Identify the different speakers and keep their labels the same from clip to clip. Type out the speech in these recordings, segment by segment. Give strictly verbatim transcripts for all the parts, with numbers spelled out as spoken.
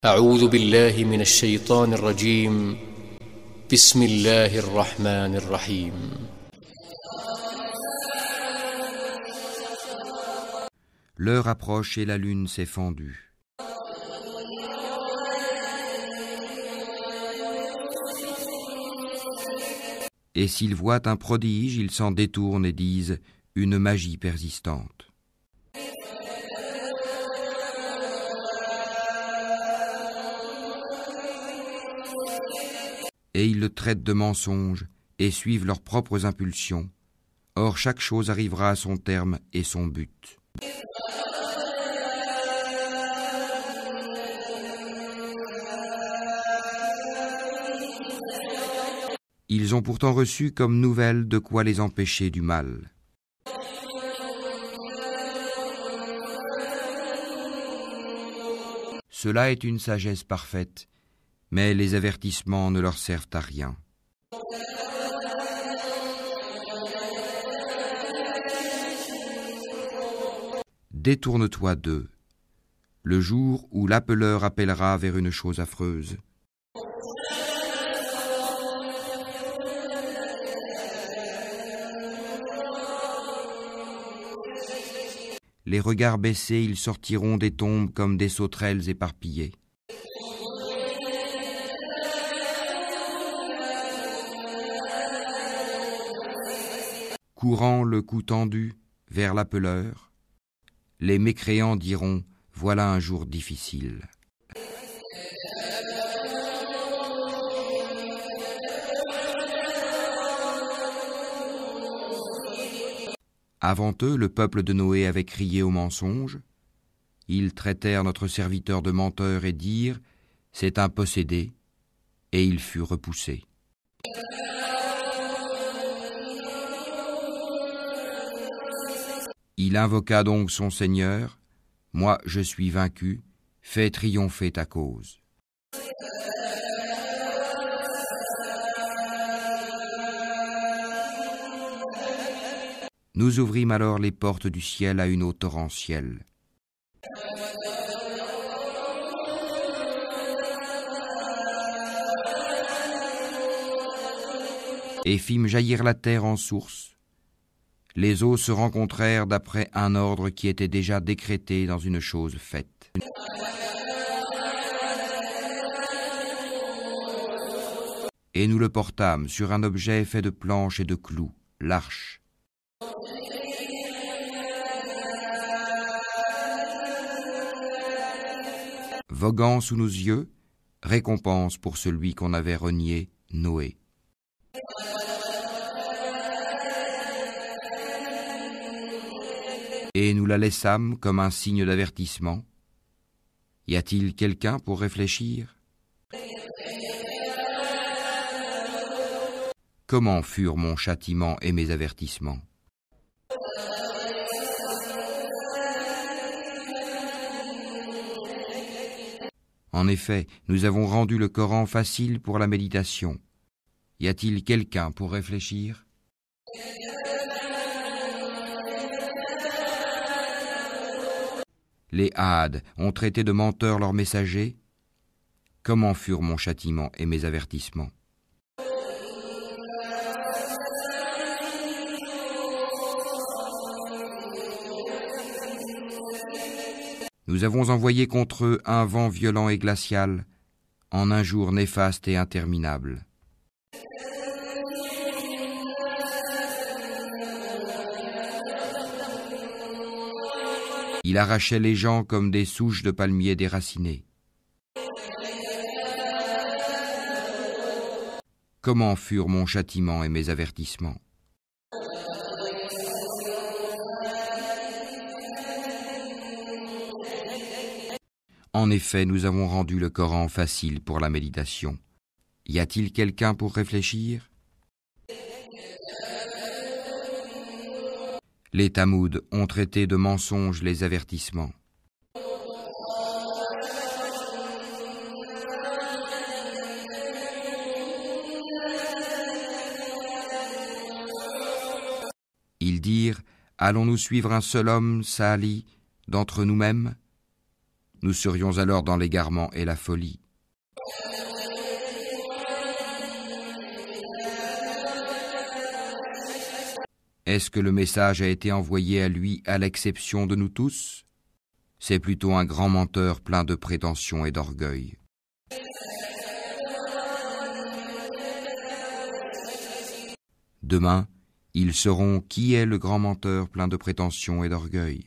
Speaker 1: أعوذ بالله من الشيطان الرجيم. بسم الله الرحمن الرحيم.
Speaker 2: L'heure approche et la lune s'est fendue. Et s'ils voient un prodige, ils s'en détournent et disent une magie persistante. Et ils le traitent de mensonge et suivent leurs propres impulsions. Or chaque chose arrivera à son terme et son but. Ils ont pourtant reçu comme nouvelle de quoi les empêcher du mal. Cela est une sagesse parfaite, mais les avertissements ne leur servent à rien. Détourne-toi d'eux, le jour où l'appeleur appellera vers une chose affreuse. Les regards baissés, ils sortiront des tombes comme des sauterelles éparpillées. Courant le cou tendu vers l'appeleur, les mécréants diront « Voilà un jour difficile ». Avant eux, le peuple de Noé avait crié au mensonge. Ils traitèrent notre serviteur de menteur et dirent « C'est un possédé », et il fut repoussé. Il invoqua donc son Seigneur, « Moi je suis vaincu, fais triompher ta cause. » Nous ouvrîmes alors les portes du ciel à une eau torrentielle. Et fîmes jaillir la terre en source. Les eaux se rencontrèrent d'après un ordre qui était déjà décrété dans une chose faite. Et nous le portâmes sur un objet fait de planches et de clous, l'arche. Voguant sous nos yeux, récompense pour celui qu'on avait renié, Noé. Et nous la laissâmes comme un signe d'avertissement. Y a-t-il quelqu'un pour réfléchir? Comment furent mon châtiment et mes avertissements? En effet, nous avons rendu le Coran facile pour la méditation. Y a-t-il quelqu'un pour réfléchir? Les Hades ont traité de menteurs leurs messagers. Comment furent mon châtiment et mes avertissements? Nous avons envoyé contre eux un vent violent et glacial, en un jour néfaste et interminable. Il arrachait les gens comme des souches de palmiers déracinées. Comment furent mon châtiment et mes avertissements? En effet, nous avons rendu le Coran facile pour la méditation. Y a-t-il quelqu'un pour réfléchir? Les Tamouds ont traité de mensonges les avertissements. Ils dirent « Allons-nous suivre un seul homme, Salih, d'entre nous-mêmes ? nous serions alors dans l'égarement et la folie. Est-ce que le message a été envoyé à lui à l'exception de nous tous? C'est plutôt un grand menteur plein de prétentions et d'orgueil. Demain, ils sauront qui est le grand menteur plein de prétentions et d'orgueil.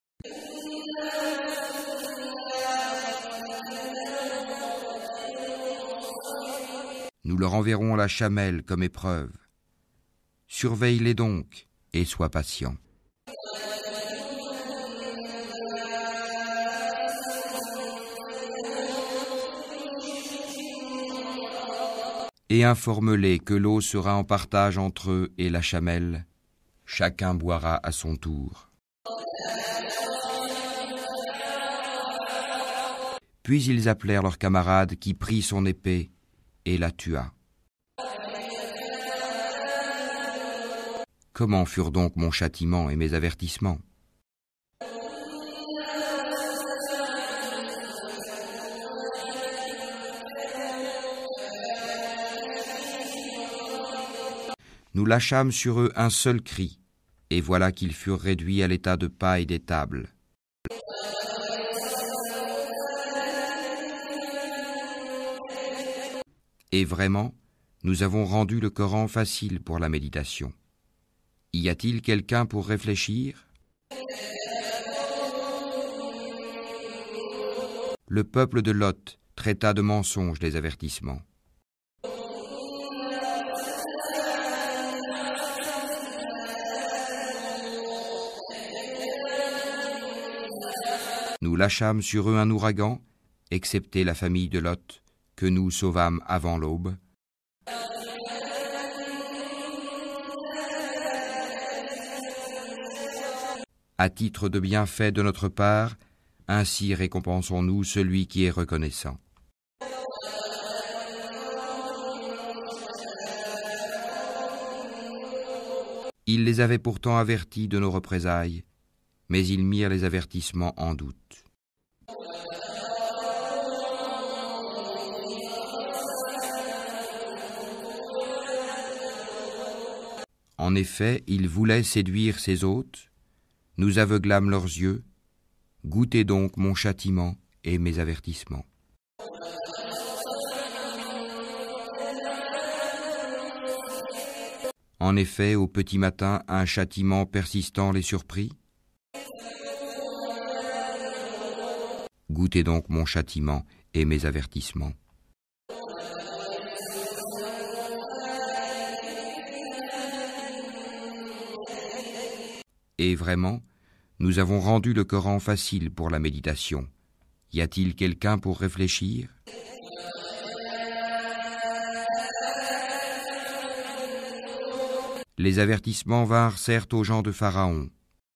Speaker 2: Nous leur enverrons la chamelle comme épreuve. Surveille-les donc et sois patient. Et informe-les que l'eau sera en partage entre eux et la chamelle. Chacun boira à son tour. Puis ils appelèrent leur camarade qui prit son épée et la tua. Comment furent donc mon châtiment et mes avertissements? Nous lâchâmes sur eux un seul cri, et voilà qu'ils furent réduits à l'état de paille des tables. Et vraiment, nous avons rendu le Coran facile pour la méditation. Y a-t-il quelqu'un pour réfléchir? Le peuple de Lot traita de mensonges les avertissements. Nous lâchâmes sur eux un ouragan, excepté la famille de Lot, que nous sauvâmes avant l'aube. À titre de bienfait de notre part, ainsi récompensons-nous celui qui est reconnaissant. Ils les avaient pourtant avertis de nos représailles, mais ils mirent les avertissements en doute. En effet, ils voulaient séduire ses hôtes, nous aveuglâmes leurs yeux, goûtez donc mon châtiment et mes avertissements. En effet, au petit matin, un châtiment persistant les surprit. Goûtez donc mon châtiment et mes avertissements. Et vraiment, nous avons rendu le Coran facile pour la méditation. Y a-t-il quelqu'un pour réfléchir? Les avertissements vinrent certes aux gens de Pharaon.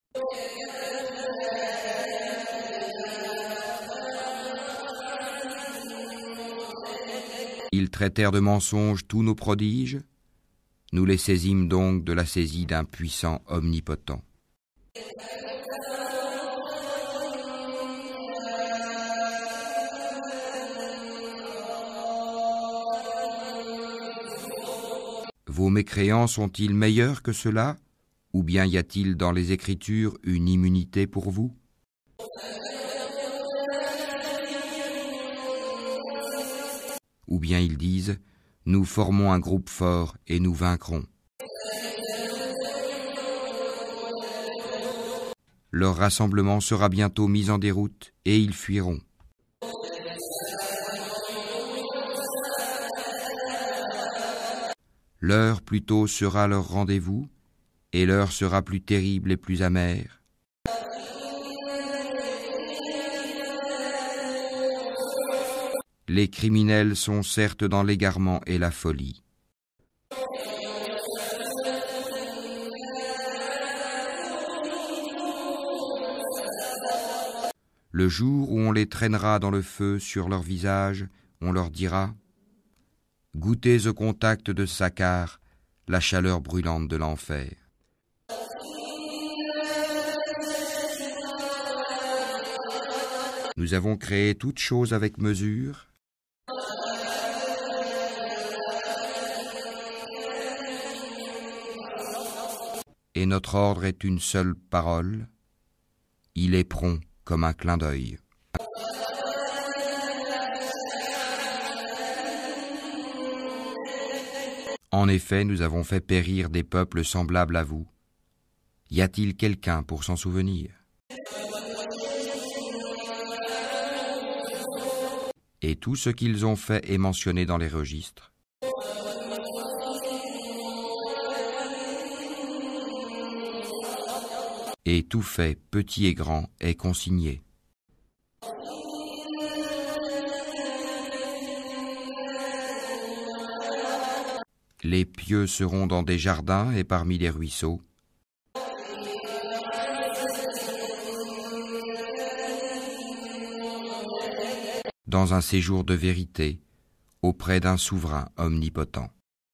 Speaker 2: Ils traitèrent de mensonges tous nos prodiges. Nous les saisîmes donc de la saisie d'un puissant omnipotent. Vos mécréants sont-ils meilleurs que ceux-là, ou bien y a-t-il dans les Écritures une immunité pour vous? Ou bien ils disent, nous formons un groupe fort et nous vaincrons. Leur rassemblement sera bientôt mis en déroute et ils fuiront. L'heure plutôt sera leur rendez-vous, et l'heure sera plus terrible et plus amère. Les criminels sont certes dans l'égarement et la folie. Le jour où on les traînera dans le feu sur leur visage, on leur dira « Goûtez au contact de Sakkar, la chaleur brûlante de l'enfer. » Nous avons créé toute chose avec mesure. Et notre ordre est une seule parole. Il est prompt comme un clin d'œil. En effet, nous avons fait périr des peuples semblables à vous. Y a-t-il quelqu'un pour s'en souvenir? Et tout ce qu'ils ont fait est mentionné dans les registres. Et tout fait, petit et grand, est consigné. Les pieux seront dans des jardins et parmi les ruisseaux. Dans un séjour de vérité, auprès d'un souverain omnipotent.